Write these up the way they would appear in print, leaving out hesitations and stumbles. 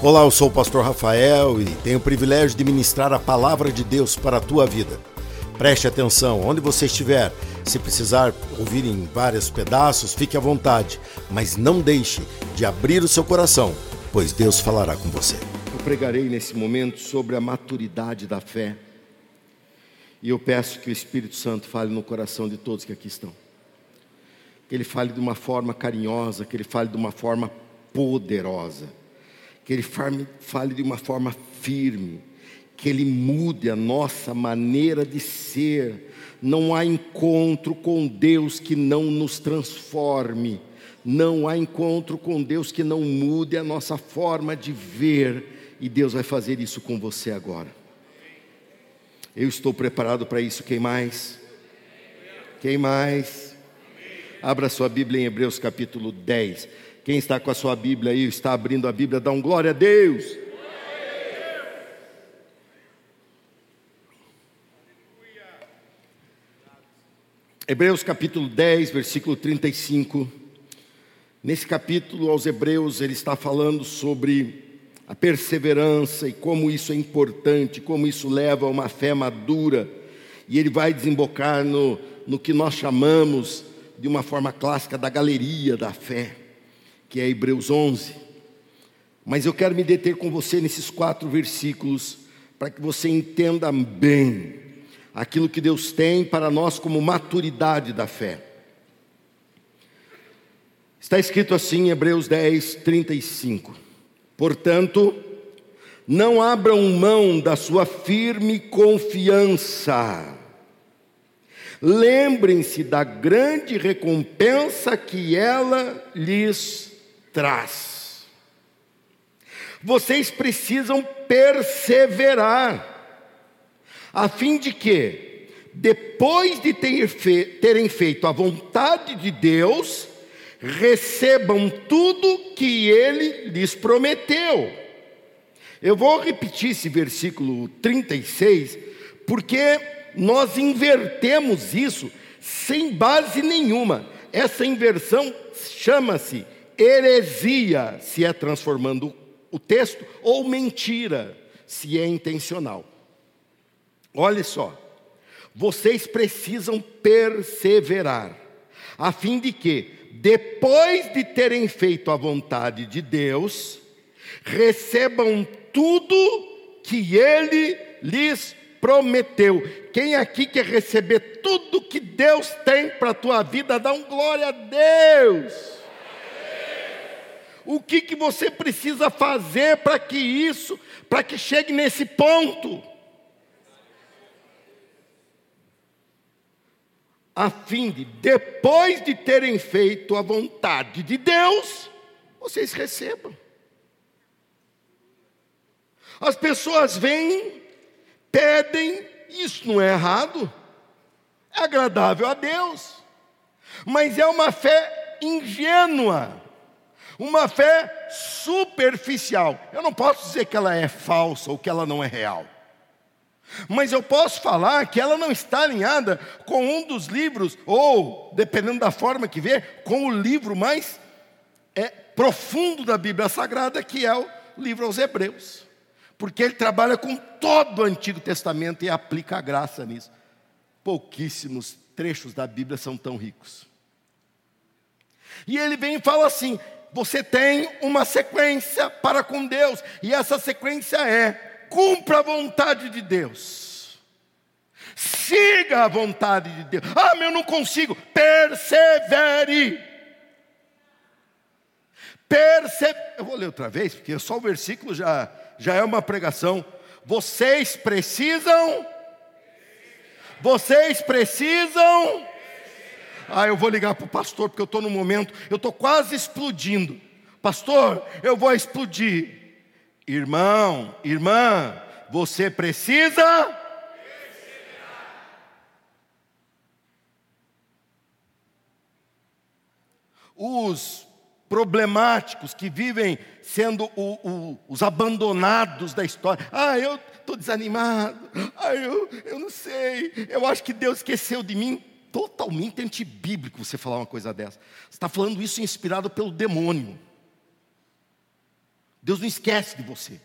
Olá, eu sou o pastor Rafael e tenho o privilégio de ministrar a palavra de Deus para a tua vida. Preste atenção, onde você estiver, se precisar ouvir em vários pedaços, fique à vontade, mas não deixe de abrir o seu coração, pois Deus falará com você. Eu pregarei nesse momento sobre a maturidade da fé e eu peço que o Espírito Santo fale no coração de todos que aqui estão. Que Ele fale de uma forma carinhosa, que Ele fale de uma forma poderosa. Que Ele fale de uma forma firme, que Ele mude a nossa maneira de ser. Não há encontro com Deus que não nos transforme, não há encontro com Deus que não mude a nossa forma de ver, e Deus vai fazer isso com você agora. Eu estou preparado para isso. Quem mais? Quem mais? Abra sua Bíblia em Hebreus capítulo 10. Quem está com a sua Bíblia aí, está abrindo a Bíblia, dá um glória a Deus. Hebreus capítulo 10, versículo 35. Nesse capítulo aos Hebreus ele está falando sobre a perseverança e como isso é importante, como isso leva a uma fé madura. E ele vai desembocar no que nós chamamos de uma forma clássica da galeria da fé, que é Hebreus 11, mas eu quero me deter com você nesses 4 versículos, para que você entenda bem aquilo que Deus tem para nós como maturidade da fé. Está escrito assim em Hebreus 10, 35, portanto, não abram mão da sua firme confiança, lembrem-se da grande recompensa que ela lhes traz. Vocês precisam perseverar, a fim de que, depois de terem feito a vontade de Deus, recebam tudo que Ele lhes prometeu. Eu vou repetir esse versículo 36, porque nós invertemos isso sem base nenhuma. Essa inversão chama-se heresia, se é transformando o texto, ou mentira, se é intencional. Olha só, vocês precisam perseverar, a fim de que, depois de terem feito a vontade de Deus, recebam tudo que Ele lhes prometeu. Quem aqui quer receber tudo que Deus tem para a tua vida, dá um glória a Deus. O que você precisa fazer para que chegue nesse ponto? A fim de, depois de terem feito a vontade de Deus, vocês recebam. As pessoas vêm, pedem, isso não é errado, é agradável a Deus, mas é uma fé ingênua, uma fé superficial. Eu não posso dizer que ela é falsa ou que ela não é real, mas eu posso falar que ela não está alinhada com um dos livros, ou, dependendo da forma que vê, com o livro mais profundo da Bíblia Sagrada, que é o livro aos Hebreus, porque ele trabalha com todo o Antigo Testamento e aplica a graça nisso. Pouquíssimos trechos da Bíblia são tão ricos. E ele vem e fala assim: você tem uma sequência para com Deus, e essa sequência é: cumpra a vontade de Deus, siga a vontade de Deus. Ah, mas eu não consigo. Persevere. Eu vou ler outra vez, porque só o versículo já é uma pregação. Vocês precisam. Eu vou ligar para o pastor, porque eu estou no momento, eu estou quase explodindo. Pastor, eu vou explodir. Irmão, irmã, você precisa. Os problemáticos que vivem sendo os abandonados da história. Eu estou desanimado. Eu não sei. Eu acho que Deus esqueceu de mim. Totalmente antibíblico você falar uma coisa dessa. Você está falando isso inspirado pelo demônio. Deus não esquece de você.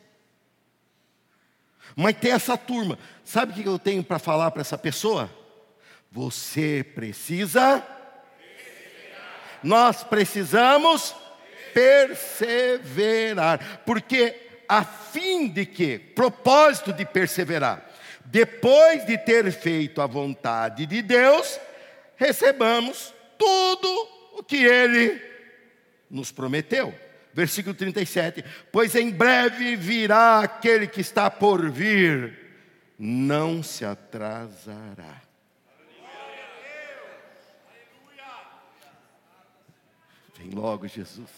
Mas tem essa turma. Sabe o que eu tenho para falar para essa pessoa? Você precisa perseverar. Nós precisamos perseverar. Porque a fim de que? Propósito de perseverar. Depois de ter feito a vontade de Deus, recebamos tudo o que Ele nos prometeu. Versículo 37. Pois em breve virá aquele que está por vir, não se atrasará. Vem logo, Jesus.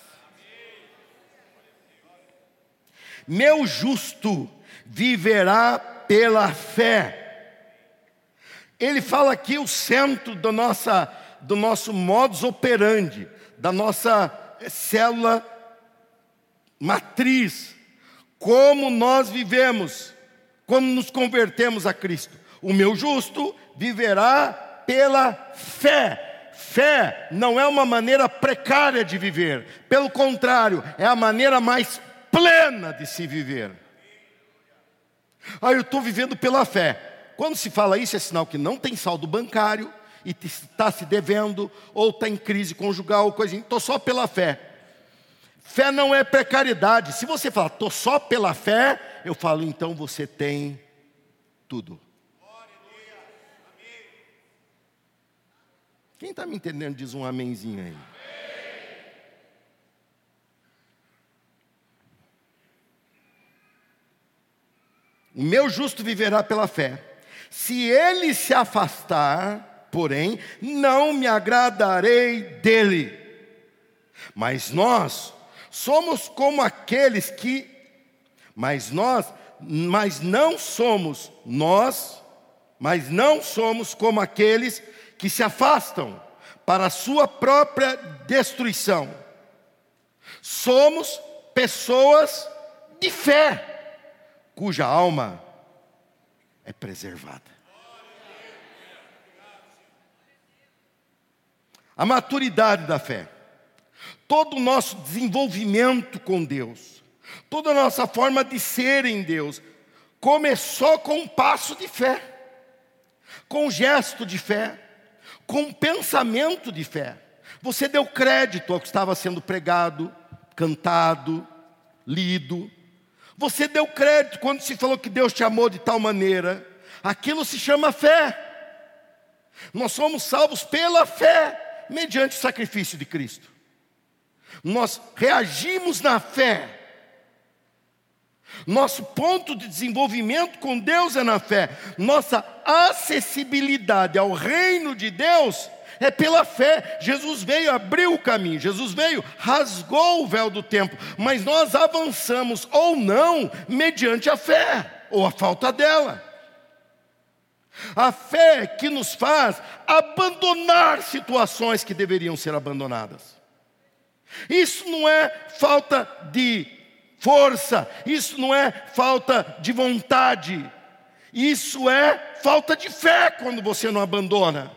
Meu justo viverá pela fé. Ele fala aqui o centro do nosso modus operandi, da nossa célula matriz, como nós vivemos, quando nos convertemos a Cristo. O meu justo viverá pela fé. Fé não é uma maneira precária de viver, pelo contrário, é a maneira mais plena de se viver. Eu estou vivendo pela fé. Quando se fala isso, é sinal que não tem saldo bancário e está se devendo, ou está em crise conjugal, ou coisinha. Estou só pela fé. Fé não é precariedade. Se você falar, estou só pela fé, eu falo, então você tem tudo. Quem está me entendendo diz um amenzinho aí. O meu justo viverá pela fé. Se ele se afastar, porém, não me agradarei dele. Mas nós somos como aqueles que... Mas não somos como aqueles que se afastam para a sua própria destruição. Somos pessoas de fé, cuja alma é preservada. A maturidade da fé, todo o nosso desenvolvimento com Deus, toda a nossa forma de ser em Deus, começou com um passo de fé, com um gesto de fé, com um pensamento de fé. Você deu crédito ao que estava sendo pregado, cantado, lido. Você deu crédito quando se falou que Deus te amou de tal maneira. Aquilo se chama fé. Nós somos salvos pela fé, mediante o sacrifício de Cristo. Nós reagimos na fé. Nosso ponto de desenvolvimento com Deus é na fé. Nossa acessibilidade ao reino de Deus é pela fé. Jesus veio, abriu o caminho. Jesus veio, rasgou o véu do templo. Mas nós avançamos ou não mediante a fé, ou a falta dela. A fé que nos faz abandonar situações que deveriam ser abandonadas. Isso não é falta de força, isso não é falta de vontade, isso é falta de fé quando você não abandona.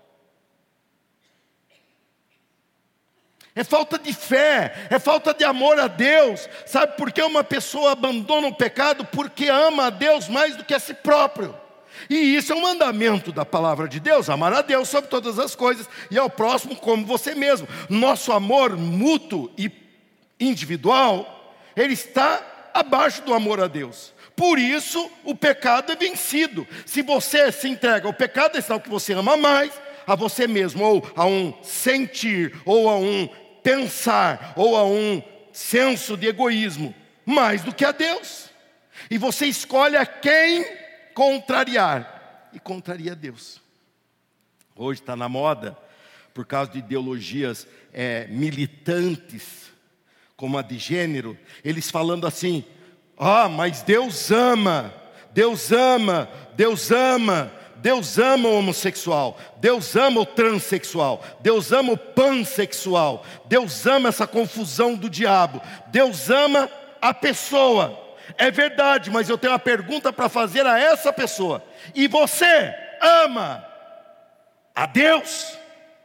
É falta de fé, é falta de amor a Deus. Sabe por que uma pessoa abandona o pecado? Porque ama a Deus mais do que a si próprio. E isso é um mandamento da palavra de Deus, amar a Deus sobre todas as coisas e ao próximo como você mesmo. Nosso amor mútuo e individual, ele está abaixo do amor a Deus. Por isso o pecado é vencido. Se você se entrega ao pecado, é sinal que você ama mais a você mesmo, ou a um sentir, ou a um pensar, ou a um senso de egoísmo, mais do que a Deus. E você escolhe a quem contrariar, e contraria Deus. Hoje está na moda, por causa de ideologias militantes, como a de gênero, eles falando assim, mas Deus ama, Deus ama, Deus ama, Deus ama o homossexual, Deus ama o transexual, Deus ama o pansexual, Deus ama essa confusão do diabo, Deus ama a pessoa. É verdade, mas eu tenho uma pergunta para fazer a essa pessoa. E você ama a Deus?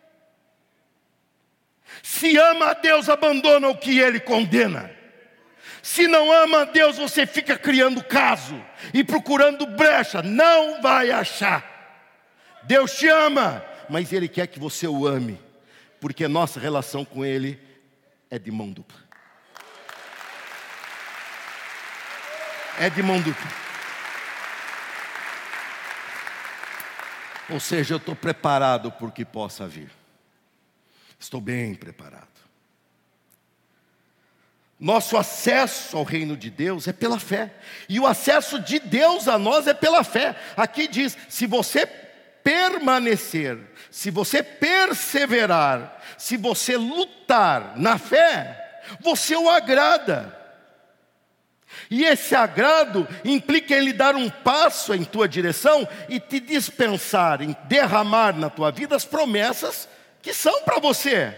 Se ama a Deus, abandona o que Ele condena. Se não ama a Deus, você fica criando caso e procurando brecha, não vai achar. Deus te ama, mas Ele quer que você o ame, porque nossa relação com Ele é de mão dupla. É de mão dupla. Ou seja, eu estou preparado para o que possa vir. Estou bem preparado. Nosso acesso ao reino de Deus é pela fé. E o acesso de Deus a nós é pela fé. Aqui diz, se você permanecer, se você perseverar, se você lutar na fé, você o agrada. E esse agrado implica em lhe dar um passo em tua direção e te dispensar, em derramar na tua vida as promessas que são para você.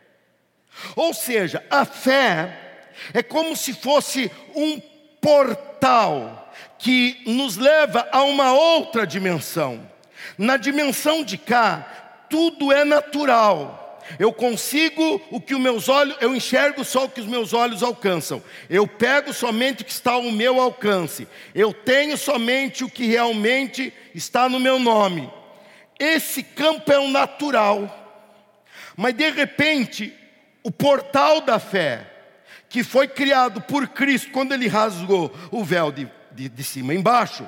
Ou seja, a fé é como se fosse um portal que nos leva a uma outra dimensão. Na dimensão de cá, tudo é natural. Eu consigo o que os meus olhos, eu enxergo só o que os meus olhos alcançam. Eu pego somente o que está ao meu alcance. Eu tenho somente o que realmente está no meu nome. Esse campo é o natural. Mas de repente, o portal da fé, que foi criado por Cristo, quando Ele rasgou o véu de cima embaixo,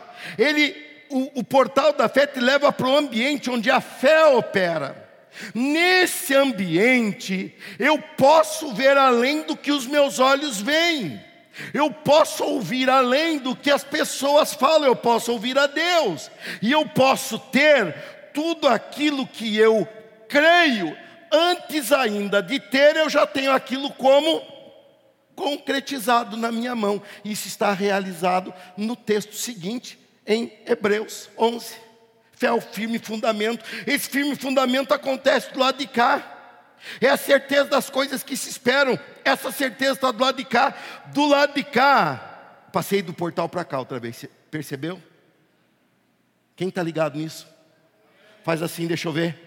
o portal da fé te leva para o ambiente onde a fé opera. Nesse ambiente, eu posso ver além do que os meus olhos veem. Eu posso ouvir além do que as pessoas falam. Eu posso ouvir a Deus. E eu posso ter tudo aquilo que eu creio. Antes ainda de ter, eu já tenho aquilo como concretizado na minha mão. Isso está realizado no texto seguinte, em Hebreus 11. Fé é o firme fundamento. Esse firme fundamento acontece do lado de cá. É a certeza das coisas que se esperam. Essa certeza está do lado de cá. Do lado de cá. Passei do portal para cá outra vez. Você percebeu? Quem está ligado nisso? Faz assim, deixa eu ver.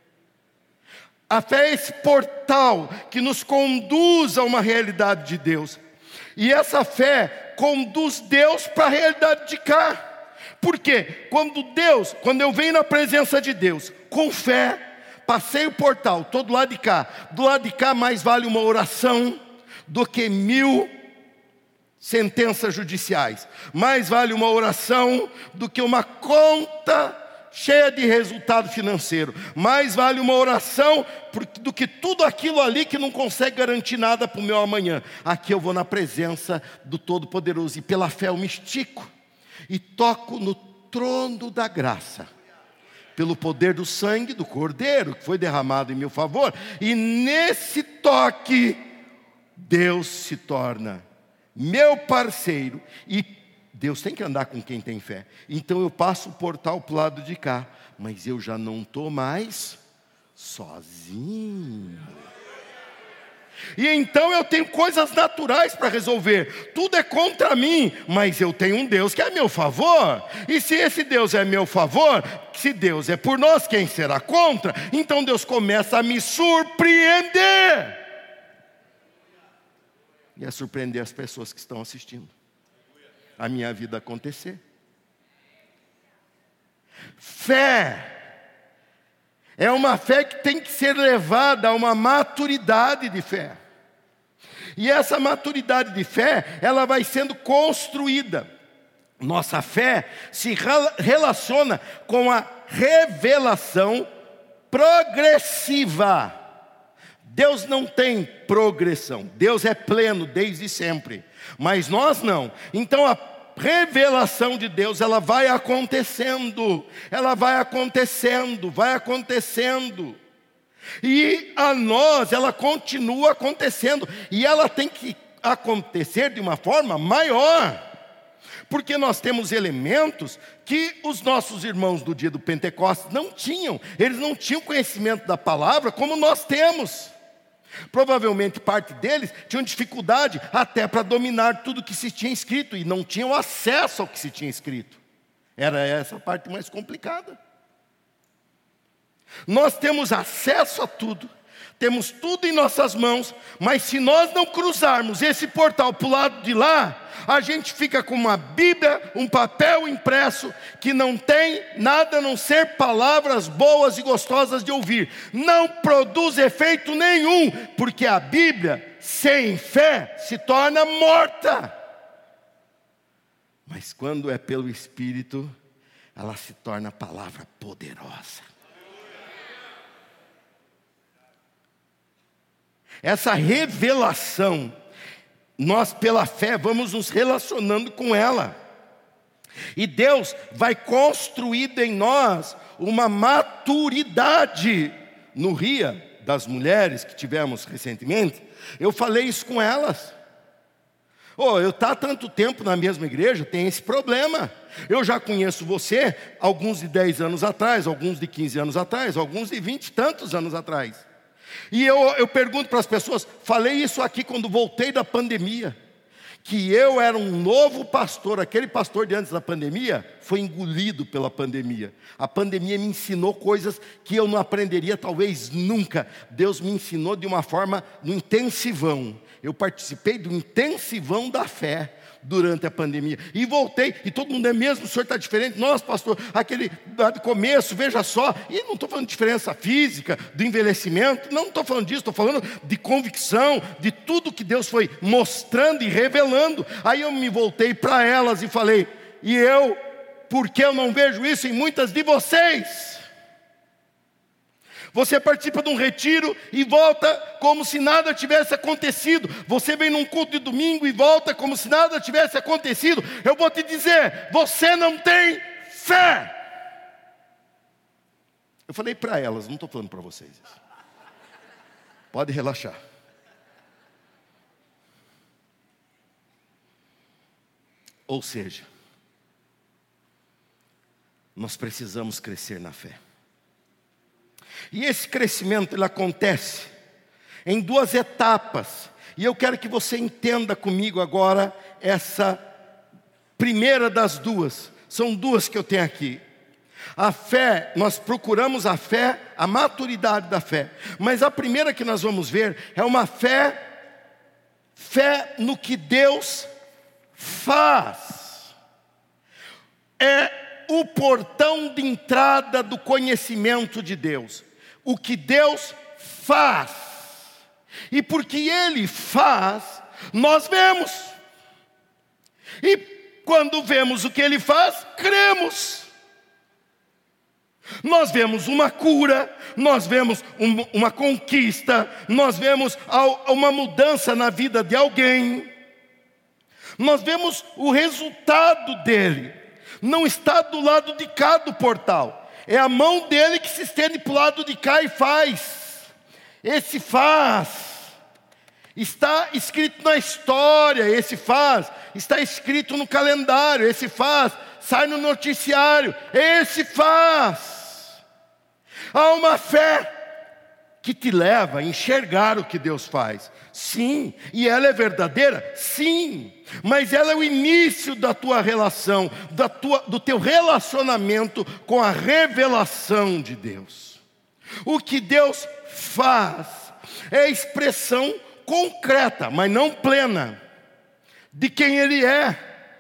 A fé é esse portal que nos conduz a uma realidade de Deus. E essa fé conduz Deus para a realidade de cá. Por quê? Quando eu venho na presença de Deus, com fé, passei o portal, estou do lado de cá. Do lado de cá mais vale uma oração do que 1000 sentenças judiciais. Mais vale uma oração do que uma conta cheia de resultado financeiro. Mais vale uma oração do que tudo aquilo ali que não consegue garantir nada para o meu amanhã. Aqui eu vou na presença do Todo-Poderoso e pela fé eu me estico e toco no trono da graça, pelo poder do sangue do Cordeiro que foi derramado em meu favor. E nesse toque, Deus se torna meu parceiro. E Deus tem que andar com quem tem fé. Então eu passo o portal para o lado de cá, mas eu já não estou mais sozinho. E então eu tenho coisas naturais para resolver. Tudo é contra mim, mas eu tenho um Deus que é a meu favor. E se esse Deus é a meu favor, se Deus é por nós, quem será contra? Então Deus começa a me surpreender. E a surpreender as pessoas que estão assistindo. A minha vida acontecer. Fé é uma fé que tem que ser levada a uma maturidade de fé. E essa maturidade de fé, ela vai sendo construída. Nossa fé se relaciona com a revelação progressiva. Deus não tem progressão. Deus é pleno desde sempre. Mas nós não. Então a revelação de Deus, ela vai acontecendo. Ela vai acontecendo, vai acontecendo. E a nós, ela continua acontecendo. E ela tem que acontecer de uma forma maior. Porque nós temos elementos que os nossos irmãos do dia do Pentecostes não tinham. Eles não tinham conhecimento da palavra como nós temos. Provavelmente parte deles tinham dificuldade até para dominar tudo que se tinha escrito. E não tinham acesso ao que se tinha escrito. Era essa a parte mais complicada. Nós temos acesso a tudo. Temos tudo em nossas mãos, mas se nós não cruzarmos esse portal para o lado de lá, a gente fica com uma Bíblia, um papel impresso, que não tem nada a não ser palavras boas e gostosas de ouvir. Não produz efeito nenhum, porque a Bíblia, sem fé, se torna morta. Mas quando é pelo Espírito, ela se torna palavra poderosa. Essa revelação, nós pela fé vamos nos relacionando com ela. E Deus vai construindo em nós uma maturidade. No RIA das mulheres que tivemos recentemente, eu falei isso com elas. Eu estou há tanto tempo na mesma igreja, tem esse problema. Eu já conheço você, alguns de 10 anos atrás, alguns de 15 anos atrás, alguns de 20 e tantos anos atrás. E eu pergunto para as pessoas, falei isso aqui quando voltei da pandemia, que eu era um novo pastor, aquele pastor de antes da pandemia foi engolido pela pandemia. A pandemia me ensinou coisas que eu não aprenderia talvez nunca. Deus me ensinou de uma forma, no intensivão. Eu participei do intensivão da fé durante a pandemia. E voltei, e todo mundo é mesmo, o senhor está diferente. Nossa, pastor, aquele do começo, veja só. E não estou falando de diferença física, do envelhecimento. Não estou falando disso, estou falando de convicção, de tudo que Deus foi mostrando e revelando. Aí eu me voltei para elas e falei, por que eu não vejo isso em muitas de vocês? Você participa de um retiro e volta como se nada tivesse acontecido. Você vem num culto de domingo e volta como se nada tivesse acontecido. Eu vou te dizer, você não tem fé. Eu falei para elas, não estou falando para vocês. Pode relaxar. Ou seja, nós precisamos crescer na fé. E esse crescimento, ele acontece em 2 etapas. E eu quero que você entenda comigo agora essa primeira das 2. São 2 que eu tenho aqui. A fé, nós procuramos a fé, a maturidade da fé. Mas a primeira que nós vamos ver é uma fé no que Deus faz. É o portão de entrada do conhecimento de Deus. O que Deus faz. E porque Ele faz, nós vemos. E quando vemos o que Ele faz, cremos. Nós vemos uma cura, nós vemos uma conquista, nós vemos uma mudança na vida de alguém. Nós vemos o resultado dele. Não está do lado de cá do portal. É a mão dele que se estende para o lado de cá e faz. Esse faz está escrito na história. Esse faz está escrito no calendário. Esse faz sai no noticiário. Esse faz. Há uma fé que te leva a enxergar o que Deus faz. Sim. E ela é verdadeira? Sim. Mas ela é o início da tua relação, do teu relacionamento com a revelação de Deus. O que Deus faz é a expressão concreta, mas não plena, de quem Ele é.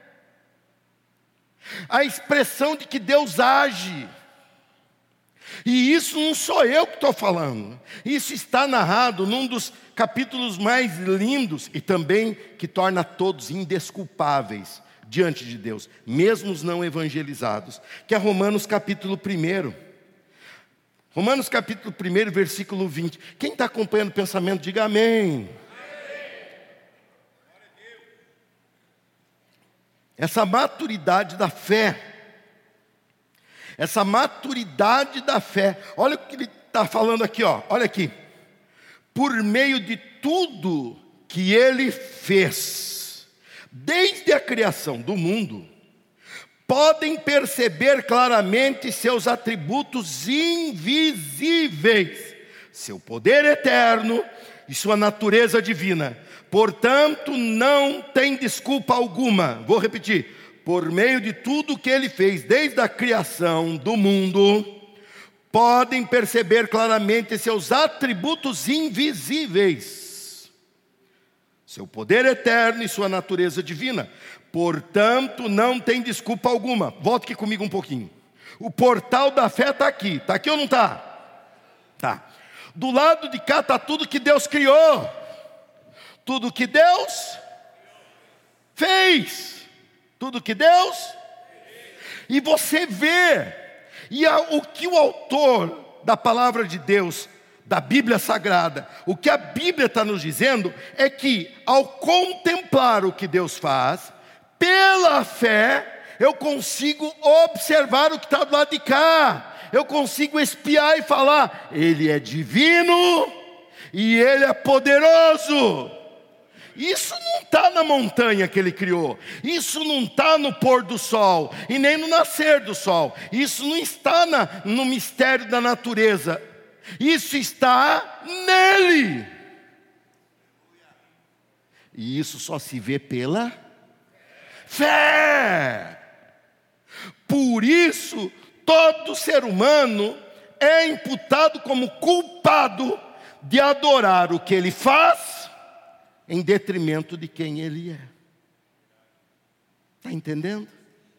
A expressão de que Deus age. E isso não sou eu que estou falando. Isso está narrado num dos capítulos mais lindos e também que torna todos indesculpáveis diante de Deus, mesmo os não evangelizados, que é Romanos capítulo 1. Romanos capítulo 1, versículo 20. Quem está acompanhando o pensamento, diga amém. Essa maturidade da fé. Essa maturidade da fé. Olha o que ele está falando aqui, ó. Olha aqui. Por meio de tudo que Ele fez, desde a criação do mundo, podem perceber claramente seus atributos invisíveis, seu poder eterno e sua natureza divina. Portanto, não tem desculpa alguma. Vou repetir. Por meio de tudo que Ele fez, desde a criação do mundo, podem perceber claramente seus atributos invisíveis, seu poder eterno e sua natureza divina. Portanto, não tem desculpa alguma. Volte aqui comigo um pouquinho. O portal da fé está aqui. Está aqui ou não está? Tá. Do lado de cá está tudo que Deus criou. Tudo que Deus fez. Tudo que Deus. E você vê. O que o autor da palavra de Deus, da Bíblia Sagrada, o que a Bíblia está nos dizendo é que ao contemplar o que Deus faz, pela fé, eu consigo observar o que está do lado de cá. Eu consigo espiar e falar: Ele é divino e Ele é poderoso. Isso não está na montanha que Ele criou. Isso não está no pôr do sol e nem no nascer do sol. Isso não está no mistério da natureza. Isso está nele. E isso só se vê pela fé. Por isso, todo ser humano é imputado como culpado de adorar o que ele faz em detrimento de quem ele é. Está entendendo?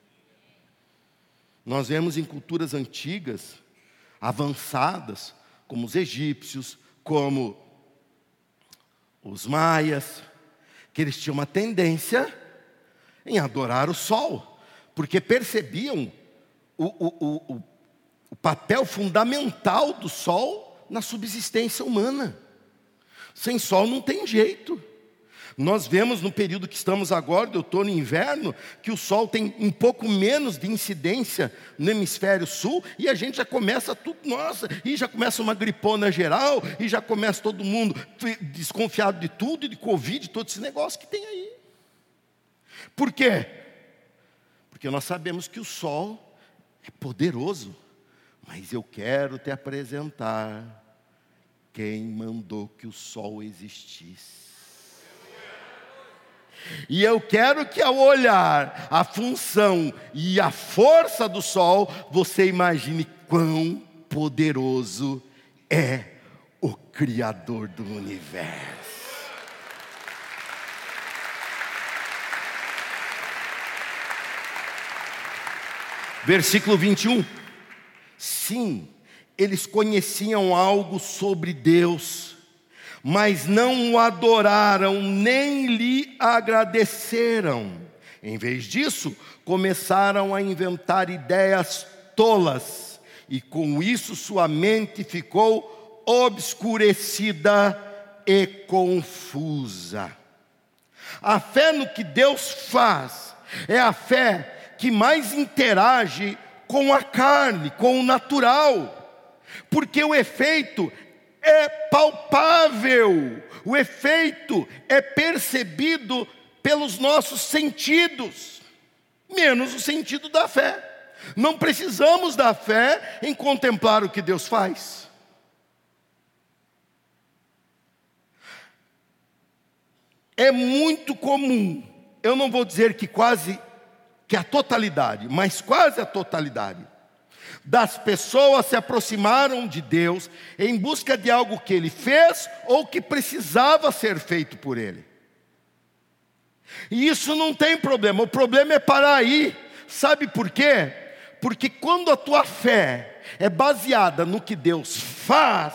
Nós vemos em culturas antigas, avançadas, como os egípcios, como os maias, que eles tinham uma tendência em adorar o sol, porque percebiam o papel fundamental do sol na subsistência humana. Sem sol não tem jeito. Nós vemos no período que estamos agora, de outono e inverno, que o sol tem um pouco menos de incidência no hemisfério sul, e a gente já começa tudo, nossa, e já começa uma gripona geral, e já começa todo mundo desconfiado de tudo, e de Covid, todo esse negócio que tem aí. Por quê? Porque nós sabemos que o sol é poderoso, mas eu quero te apresentar quem mandou que o sol existisse. E eu quero que ao olhar a função e a força do sol, você imagine quão poderoso é o Criador do universo. Versículo 21. Sim, eles conheciam algo sobre Deus, mas não o adoraram, nem lhe agradeceram. Em vez disso, começaram a inventar ideias tolas, e com isso sua mente ficou obscurecida e confusa. A fé no que Deus faz é a fé que mais interage com a carne, com o natural, porque o efeito é palpável, o efeito é percebido pelos nossos sentidos, menos o sentido da fé. Não precisamos da fé em contemplar o que Deus faz. É muito comum, eu não vou dizer que a totalidade, mas quase a totalidade das pessoas se aproximaram de Deus em busca de algo que Ele fez ou que precisava ser feito por Ele. E isso não tem problema, o problema é parar aí. Sabe por quê? Porque quando a tua fé é baseada no que Deus faz,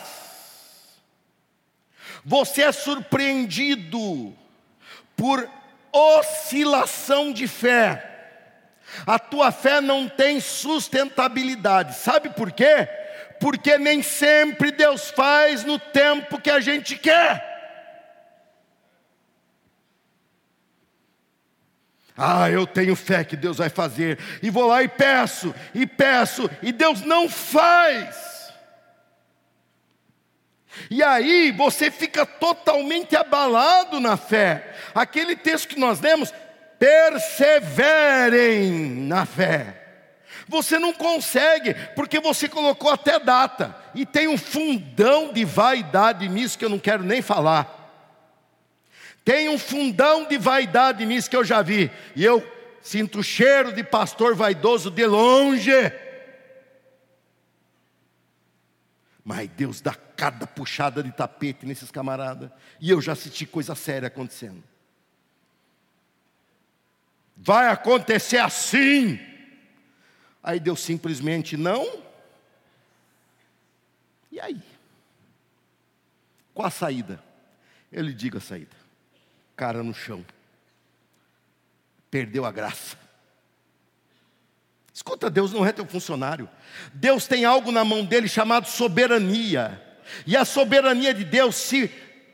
você é surpreendido por oscilação de fé. A tua fé não tem sustentabilidade. Sabe por quê? Porque nem sempre Deus faz no tempo que a gente quer. Eu tenho fé que Deus vai fazer, e vou lá e peço, e Deus não faz. E aí você fica totalmente abalado na fé. Aquele texto que nós lemos, perseverem na fé. Você não consegue, porque você colocou até data, e tem um fundão de vaidade nisso que eu não quero nem falar. Tem um fundão de vaidade nisso que eu já vi, e eu sinto o cheiro de pastor vaidoso de longe. Mas Deus dá cada puxada de tapete nesses camaradas. E eu já assisti coisa séria acontecendo. Vai acontecer assim. Aí Deus simplesmente não. E aí? Qual a saída? Eu lhe digo a saída. Cara no chão. Perdeu a graça. Escuta, Deus não é teu funcionário. Deus tem algo na mão dele chamado soberania. E a soberania de Deus se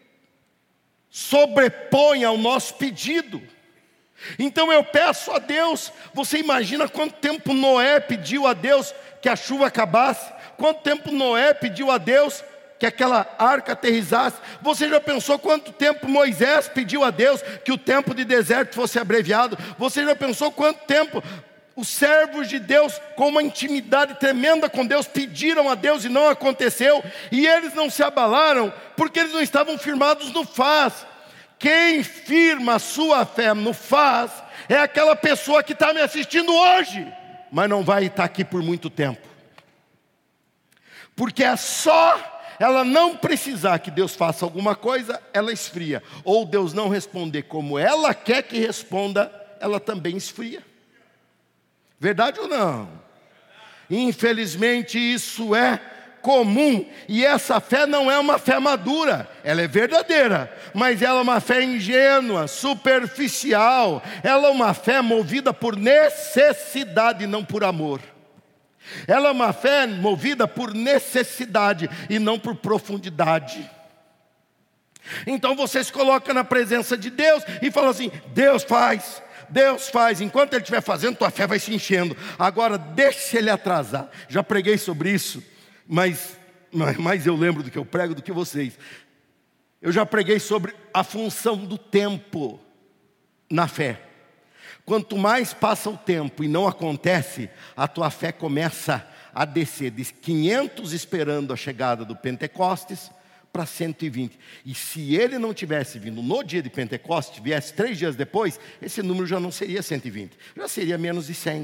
sobrepõe ao nosso pedido. Então eu peço a Deus, você imagina quanto tempo Noé pediu a Deus que a chuva acabasse? Quanto tempo Noé pediu a Deus que aquela arca aterrissasse? Você já pensou quanto tempo Moisés pediu a Deus que o tempo de deserto fosse abreviado? Você já pensou quanto tempo os servos de Deus, com uma intimidade tremenda com Deus, pediram a Deus e não aconteceu? E eles não se abalaram porque eles não estavam firmados no faz. Quem firma a sua fé no faz é aquela pessoa que está me assistindo hoje, mas não vai estar aqui por muito tempo. Porque é só ela não precisar que Deus faça alguma coisa, ela esfria. Ou Deus não responder como ela quer que responda, ela também esfria. Verdade ou não? Infelizmente isso é comum. E essa fé não é uma fé madura. Ela é verdadeira, mas ela é uma fé ingênua, superficial. Ela é uma fé movida por necessidade e não por amor. Ela é uma fé movida por necessidade e não por profundidade. Então você se coloca na presença de Deus e fala assim: Deus faz. Deus faz, enquanto Ele estiver fazendo, tua fé vai se enchendo. Agora deixa Ele atrasar. Já preguei sobre isso, mas eu lembro do que eu prego do que vocês. Eu já preguei sobre a função do tempo na fé. Quanto mais passa o tempo e não acontece, a tua fé começa a descer de 500 esperando a chegada do Pentecostes para 120. E se ele não tivesse vindo no dia de Pentecostes, viesse 3 dias depois, esse número já não seria 120, já seria menos de 100.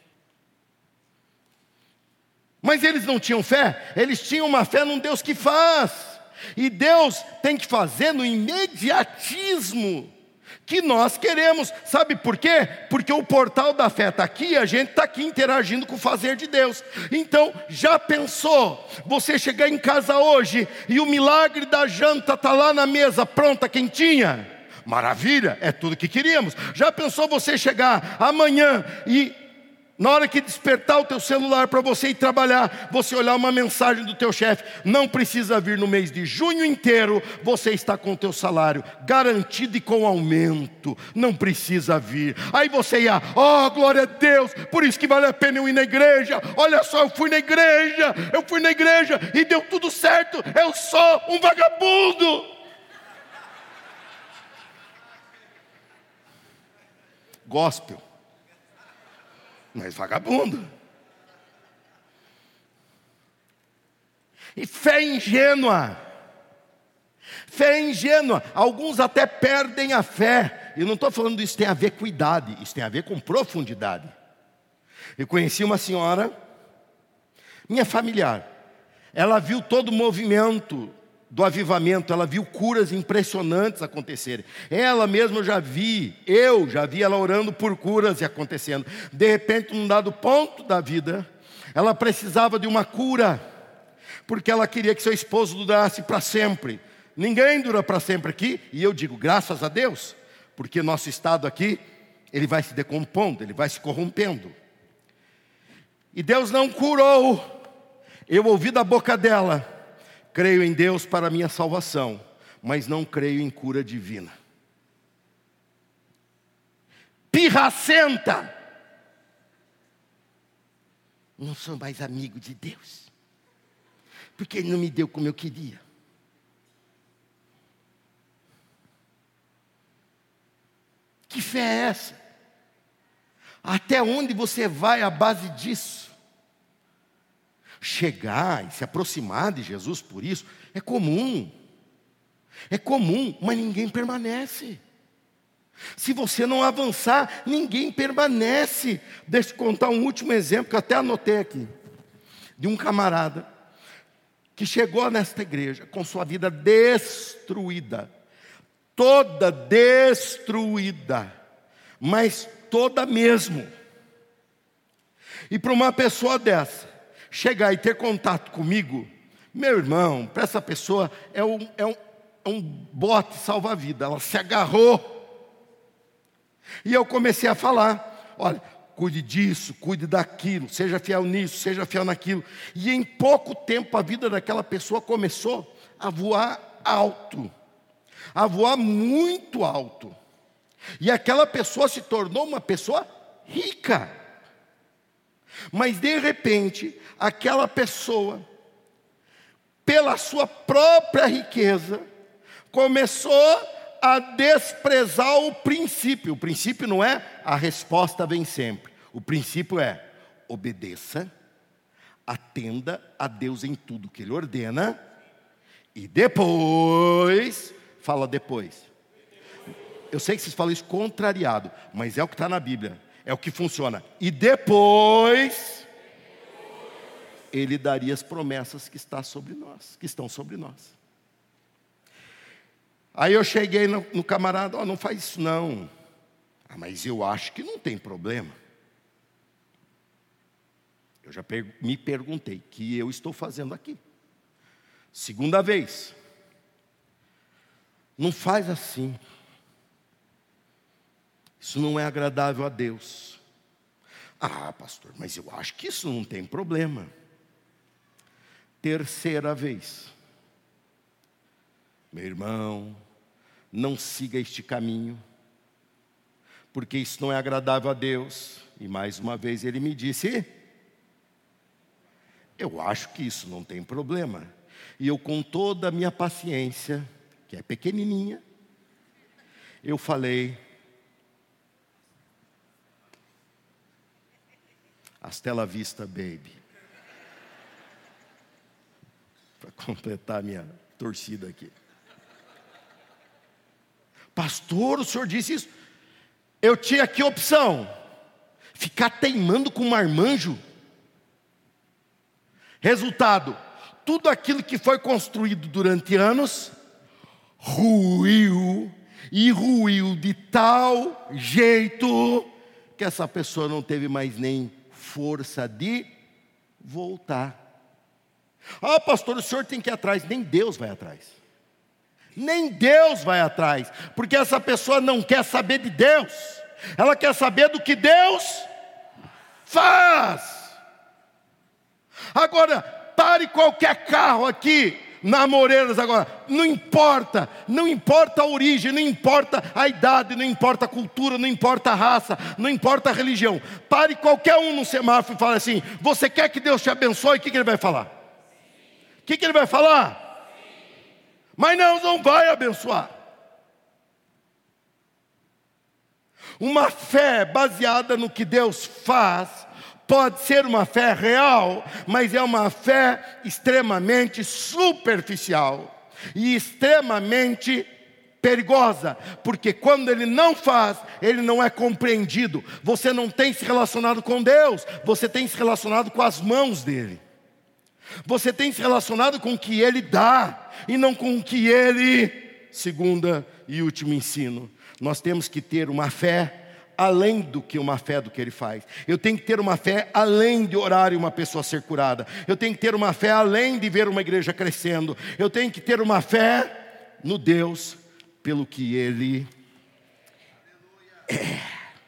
Mas eles não tinham fé, eles tinham uma fé num Deus que faz. E Deus tem que fazer no imediatismo que nós queremos. Sabe por quê? Porque o portal da fé está aqui e a gente está aqui interagindo com o fazer de Deus. Então, já pensou você chegar em casa hoje e o milagre da janta está lá na mesa, pronta, quentinha? Maravilha, é tudo que queríamos. Já pensou você chegar amanhã e na hora que despertar o teu celular para você ir trabalhar, você olhar uma mensagem do teu chefe: não precisa vir no mês de junho inteiro, você está com o teu salário garantido e com aumento, não precisa vir. Aí você ia: oh, glória a Deus, por isso que vale a pena eu ir na igreja. Olha só, eu fui na igreja e deu tudo certo, eu sou um vagabundo. Gospel, mas vagabundo. E fé ingênua. Fé ingênua. Alguns até perdem a fé. Eu não estou falando isso tem a ver com idade, isso tem a ver com profundidade. Eu conheci uma senhora, minha familiar. Ela viu todo o movimento do avivamento, ela viu curas impressionantes acontecerem. Ela mesma eu já vi ela orando por curas e acontecendo. De repente, num dado ponto da vida, ela precisava de uma cura, porque ela queria que seu esposo durasse para sempre. Ninguém dura para sempre aqui, e eu digo graças a Deus, porque nosso estado aqui, ele vai se decompondo, ele vai se corrompendo. E Deus não curou. Eu ouvi da boca dela: creio em Deus para a minha salvação, mas não creio em cura divina. Pirracenta. Não sou mais amigo de Deus, porque Ele não me deu como eu queria. Que fé é essa? Até onde você vai à base disso? Chegar e se aproximar de Jesus por isso é comum, mas ninguém permanece. Se você não avançar, ninguém permanece. Deixa eu contar um último exemplo que eu até anotei aqui, de um camarada que chegou nesta igreja com sua vida destruída, toda destruída, mas toda mesmo. E para uma pessoa dessa chegar e ter contato comigo, meu irmão, para essa pessoa é um bote salva-vida. Ela se agarrou. E eu comecei a falar: olha, cuide disso, cuide daquilo, seja fiel nisso, seja fiel naquilo. E em pouco tempo a vida daquela pessoa começou a voar alto, a voar muito alto. E aquela pessoa se tornou uma pessoa rica. Mas de repente, aquela pessoa, pela sua própria riqueza, começou a desprezar o princípio. O princípio não é a resposta vem sempre. O princípio é: obedeça, atenda a Deus em tudo que Ele ordena, e depois, fala depois. Eu sei que vocês falam isso contrariado, mas é o que está na Bíblia, é o que funciona. E depois, Ele daria as promessas que estão sobre nós. Aí eu cheguei no camarada: ó, não faz isso não. Ah, mas eu acho que não tem problema. Eu já me perguntei: o que eu estou fazendo aqui? Segunda vez: não faz assim. Isso não é agradável a Deus. Ah, pastor, mas eu acho que isso não tem problema. Terceira vez: meu irmão, não siga este caminho, porque isso não é agradável a Deus. E mais uma vez ele me disse: eu acho que isso não tem problema. E eu, com toda a minha paciência, que é pequenininha, eu falei: hasta la vista, baby. Para completar a minha torcida aqui. Pastor, o senhor disse isso? Eu tinha que opção? Ficar teimando com um marmanjo? Resultado: tudo aquilo que foi construído durante anos ruiu, e ruiu de tal jeito que essa pessoa não teve mais nem força de voltar. Ah, pastor, o senhor tem que ir atrás. Nem Deus vai atrás. Nem Deus vai atrás, porque essa pessoa não quer saber de Deus, ela quer saber do que Deus faz. Agora, pare qualquer carro aqui na Amoreiras agora, não importa a origem, não importa a idade, não importa a cultura, não importa a raça, não importa a religião. Pare qualquer um no semáforo e fale assim: você quer que Deus te abençoe? O que ele vai falar? O que ele vai falar? Mas não vai abençoar. Uma fé baseada no que Deus faz pode ser uma fé real, mas é uma fé extremamente superficial e extremamente perigosa, porque quando Ele não faz, Ele não é compreendido. Você não tem se relacionado com Deus, você tem se relacionado com as mãos dEle. Você tem se relacionado com o que Ele dá e não com o que Ele... Segunda e último ensino: nós temos que ter uma fé além do que uma fé do que Ele faz. Eu tenho que ter uma fé além de orar e uma pessoa ser curada. Eu tenho que ter uma fé além de ver uma igreja crescendo. Eu tenho que ter uma fé no Deus pelo que Ele é.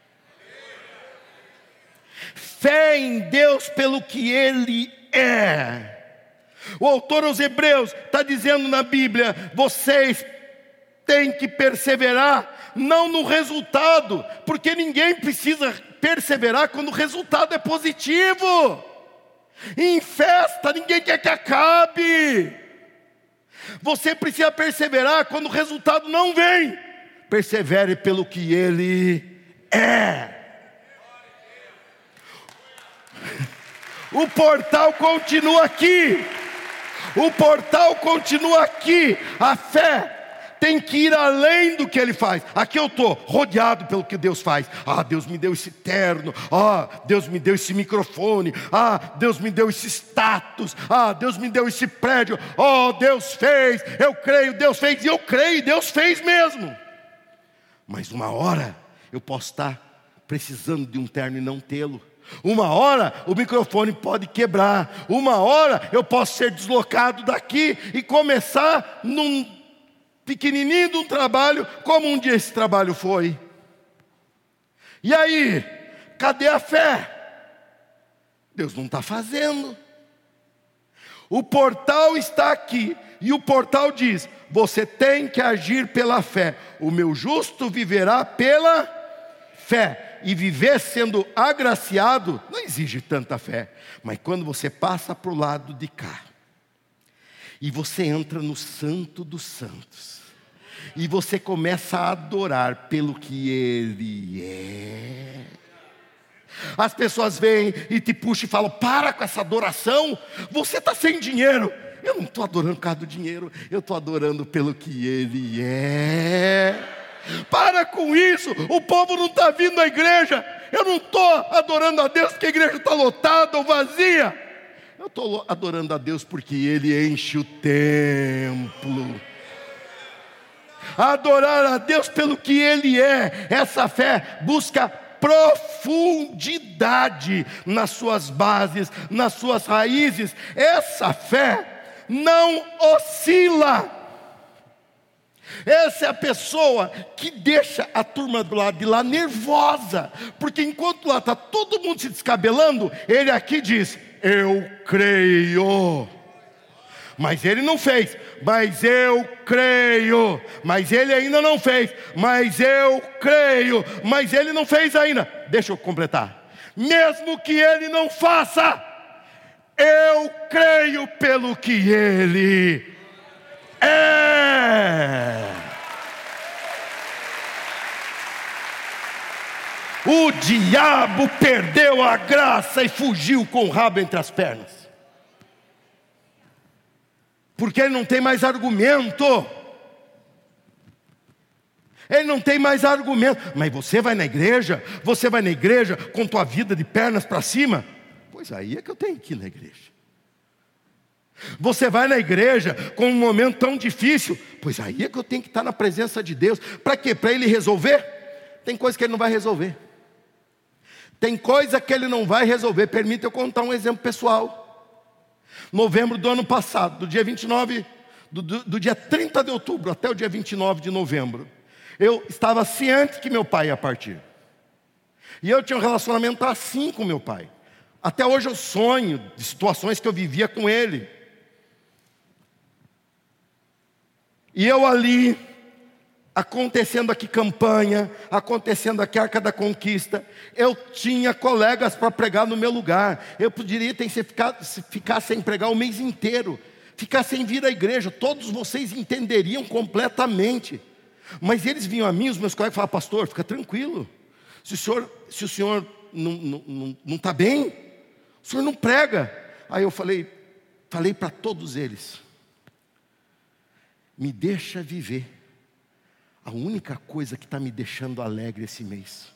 Fé em Deus pelo que Ele é. O autor aos Hebreus está dizendo na Bíblia: vocês têm que perseverar, não no resultado, porque ninguém precisa perseverar quando o resultado é positivo. Em festa, ninguém quer que acabe. Você precisa perseverar quando o resultado não vem. Persevere pelo que Ele é. O portal continua aqui. O portal continua aqui. A fé tem que ir além do que Ele faz. Aqui eu estou rodeado pelo que Deus faz. Deus me deu esse terno. Deus me deu esse microfone. Deus me deu esse status. Deus me deu esse prédio. Deus fez, eu creio, Deus fez. E eu creio, Deus fez mesmo. Mas uma hora eu posso estar precisando de um terno e não tê-lo. Uma hora o microfone pode quebrar. Uma hora eu posso ser deslocado daqui e começar num pequenininho de um trabalho, como um dia esse trabalho foi. E aí, cadê a fé? Deus não está fazendo. O portal está aqui, e o portal diz: você tem que agir pela fé. O meu justo viverá pela fé. E viver sendo agraciado não exige tanta fé. Mas quando você passa para o lado de cá, e você entra no Santo dos Santos, e você começa a adorar pelo que Ele é. As pessoas vêm e te puxam e falam: para com essa adoração, você está sem dinheiro. Eu não estou adorando por causa do dinheiro, eu estou adorando pelo que Ele é. Para com isso, o povo não está vindo à igreja. Eu não estou adorando a Deus porque a igreja está lotada ou vazia. Eu estou adorando a Deus porque Ele enche o templo. Adorar a Deus pelo que Ele é. Essa fé busca profundidade nas suas bases, nas suas raízes. Essa fé não oscila. Essa é a pessoa que deixa a turma do lado de lá nervosa, porque enquanto lá está todo mundo se descabelando, ele aqui diz: eu creio. Mas ele não fez. Mas eu creio. Mas ele ainda não fez. Mas eu creio. Mas ele não fez ainda. Deixa eu completar. Mesmo que ele não faça, eu creio pelo que ele é. O diabo perdeu a graça e fugiu com o rabo entre as pernas, porque ele não tem mais argumento. Ele não tem mais argumento. Mas você vai na igreja com tua vida de pernas para cima? Pois aí é que eu tenho que ir na igreja. Você vai na igreja com um momento tão difícil? Pois aí é que eu tenho que estar na presença de Deus. Para quê? Para Ele resolver? Tem coisa que Ele não vai resolver. Tem coisa que Ele não vai resolver. Permita eu contar um exemplo pessoal. Novembro do ano passado, do dia 29, do dia 30 de outubro até o dia 29 de novembro, eu estava ciente que meu pai ia partir. E eu tinha um relacionamento assim com meu pai. Até hoje eu sonho de situações que eu vivia com ele. E eu ali, acontecendo aqui campanha, acontecendo aqui Arca da Conquista, eu tinha colegas para pregar no meu lugar. Eu poderia ficar sem pregar o mês inteiro, ficar sem vir à igreja, todos vocês entenderiam completamente. Mas eles vinham a mim, os meus colegas, e falavam: pastor, fica tranquilo, se o senhor não está bem, o senhor não prega. Aí eu falei para todos eles: me deixa viver a única coisa que está me deixando alegre esse mês.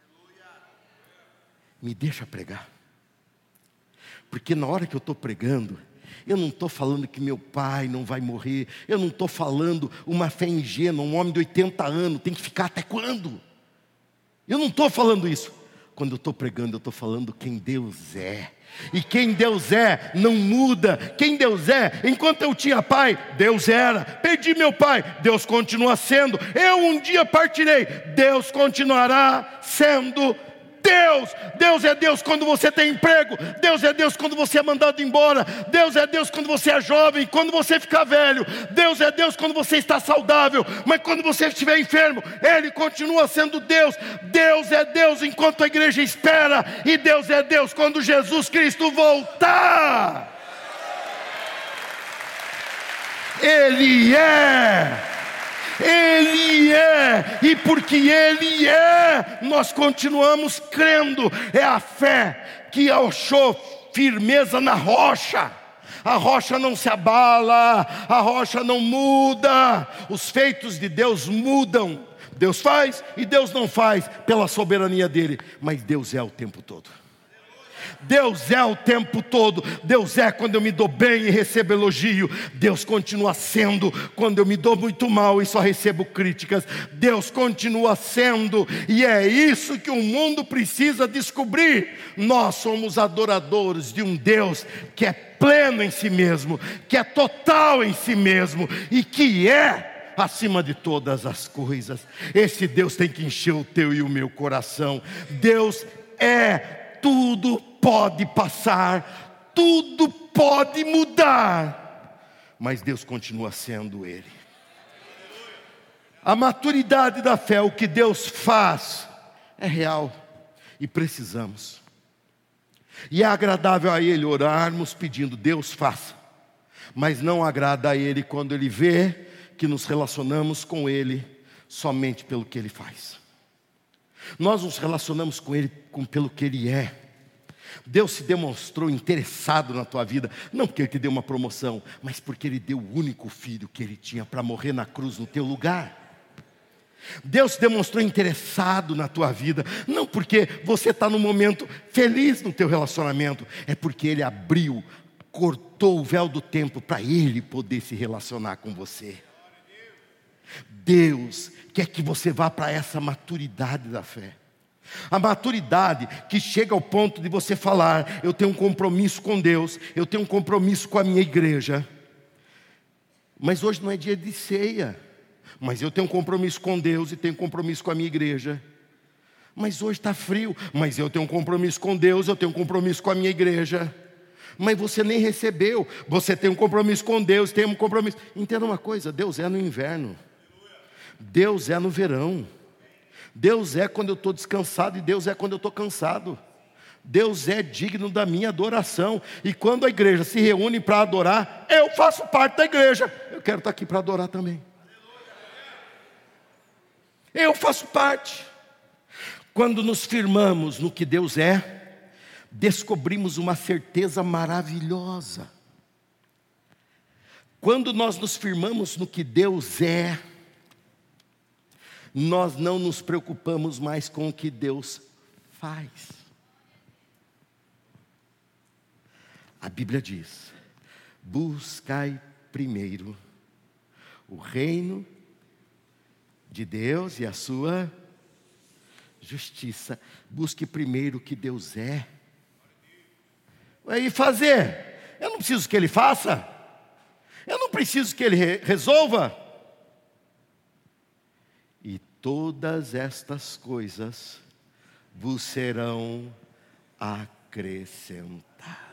Me deixa pregar. Porque na hora que eu estou pregando, eu não estou falando que meu pai não vai morrer. Eu não estou falando uma fé ingênua, um homem de 80 anos tem que ficar até quando? Eu não estou falando isso. Quando eu estou pregando, eu estou falando quem Deus é. E quem Deus é não muda. Quem Deus é, enquanto eu tinha pai, Deus era. Perdi meu pai, Deus continua sendo. Eu um dia partirei, Deus continuará sendo Deus. Deus é Deus quando você tem emprego. Deus é Deus quando você é mandado embora. Deus é Deus quando você é jovem, quando você ficar velho. Deus é Deus quando você está saudável. Mas quando você estiver enfermo, Ele continua sendo Deus. Deus é Deus enquanto a igreja espera. E Deus é Deus quando Jesus Cristo voltar. Ele é. Ele é, e porque Ele é, nós continuamos crendo. É a fé que achou firmeza na rocha. a rocha não se abala, a rocha não muda. Os feitos de Deus mudam. Deus faz e Deus não faz pela soberania dele, mas Deus é o tempo todo. Deus é o tempo todo. Deus é quando eu me dou bem e recebo elogio. Deus continua sendo quando eu me dou muito mal e só recebo críticas. Deus continua sendo, e é isso que o mundo precisa descobrir. Nós somos adoradores de um Deus que é pleno em si mesmo, que é total em si mesmo e que é acima de todas as coisas. Esse Deus tem que encher o teu e o meu coração. Deus é, tudo pode passar, tudo pode mudar, mas Deus continua sendo Ele. A maturidade da fé, o que Deus faz, é real e precisamos. E é agradável a Ele orarmos pedindo: Deus faça. Mas não agrada a Ele quando Ele vê que nos relacionamos com Ele somente pelo que Ele faz. Nós nos relacionamos com Ele pelo que Ele é. Deus se demonstrou interessado na tua vida, não porque Ele te deu uma promoção, mas porque Ele deu o único filho que Ele tinha para morrer na cruz no teu lugar. Deus se demonstrou interessado na tua vida, não porque você está num momento feliz no teu relacionamento, é porque Ele abriu, cortou o véu do tempo para Ele poder se relacionar com você. Deus quer que você vá para essa maturidade da fé. A maturidade que chega ao ponto de você falar: eu tenho um compromisso com Deus, eu tenho um compromisso com a minha igreja. Mas hoje não é dia de ceia. Mas eu tenho um compromisso com Deus e tenho um compromisso com a minha igreja. Mas hoje está frio. Mas eu tenho um compromisso com Deus, eu tenho um compromisso com a minha igreja. Mas você nem recebeu. Você tem um compromisso com Deus, tem um compromisso. Entenda uma coisa: Deus é no inverno. Deus é no verão. Deus é quando eu estou descansado e Deus é quando eu estou cansado. Deus é digno da minha adoração. E quando a igreja se reúne para adorar, eu faço parte da igreja. Eu quero estar aqui para adorar também. Eu faço parte. Quando nos firmamos no que Deus é, descobrimos uma certeza maravilhosa. Quando nós nos firmamos no que Deus é, nós não nos preocupamos mais com o que Deus faz. A Bíblia diz: buscai primeiro o reino de Deus e a sua justiça. Busque primeiro o que Deus é. E fazer? Eu não preciso que Ele faça. Eu não preciso que Ele resolva. E todas estas coisas vos serão acrescentadas.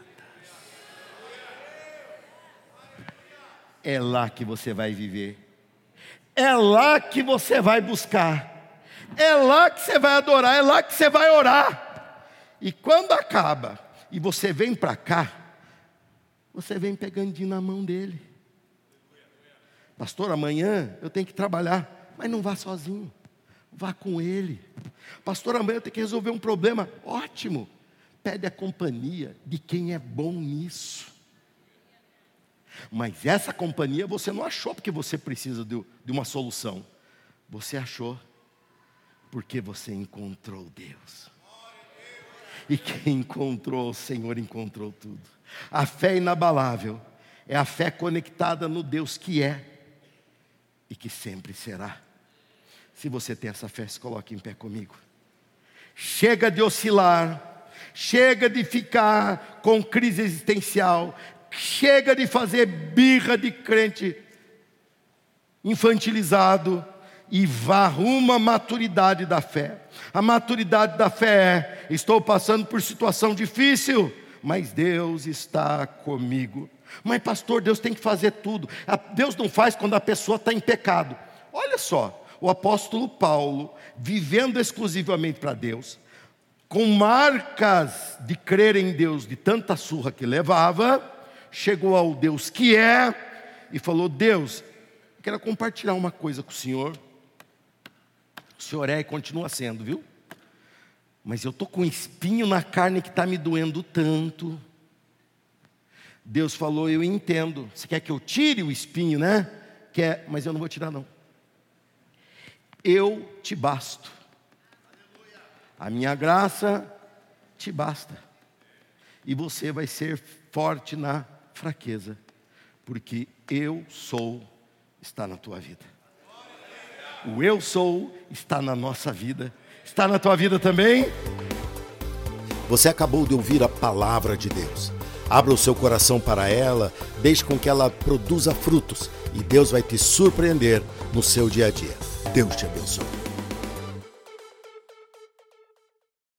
É lá que você vai viver. É lá que você vai buscar. É lá que você vai adorar. É lá que você vai orar. E quando acaba e você vem para cá, você vem pegandinho na mão dele. Pastor, amanhã eu tenho que trabalhar. Mas não vá sozinho, vá com Ele. Pastor, amanhã eu tenho que resolver um problema. Ótimo, pede a companhia de quem é bom nisso. Mas essa companhia você não achou porque você precisa de uma solução. Você achou porque você encontrou Deus. E quem encontrou o Senhor encontrou tudo. A fé inabalável é a fé conectada no Deus que é e que sempre será. Se você tem essa fé, se coloque em pé comigo. Chega de oscilar, chega de ficar com crise existencial, chega de fazer birra de crente infantilizado e vá rumo à maturidade da fé. A maturidade da fé é: estou passando por situação difícil, mas Deus está comigo. Mas pastor, Deus tem que fazer tudo. Deus não faz quando a pessoa está em pecado. Olha só, o apóstolo Paulo, vivendo exclusivamente para Deus, com marcas de crer em Deus, de tanta surra que levava, chegou ao Deus que é e falou: Deus, eu quero compartilhar uma coisa com o Senhor. O Senhor é e continua sendo, viu? Mas eu estou com um espinho na carne que está me doendo tanto. Deus falou, eu entendo. Você quer que eu tire o espinho, né? Quer, mas eu não vou tirar não. Eu te basto. A minha graça te basta. E você vai ser forte na fraqueza. Porque eu sou está na tua vida. O eu sou está na nossa vida. Está na tua vida também? Você acabou de ouvir a palavra de Deus. Abra o seu coração para ela, deixe com que ela produza frutos e Deus vai te surpreender no seu dia a dia. Deus te abençoe.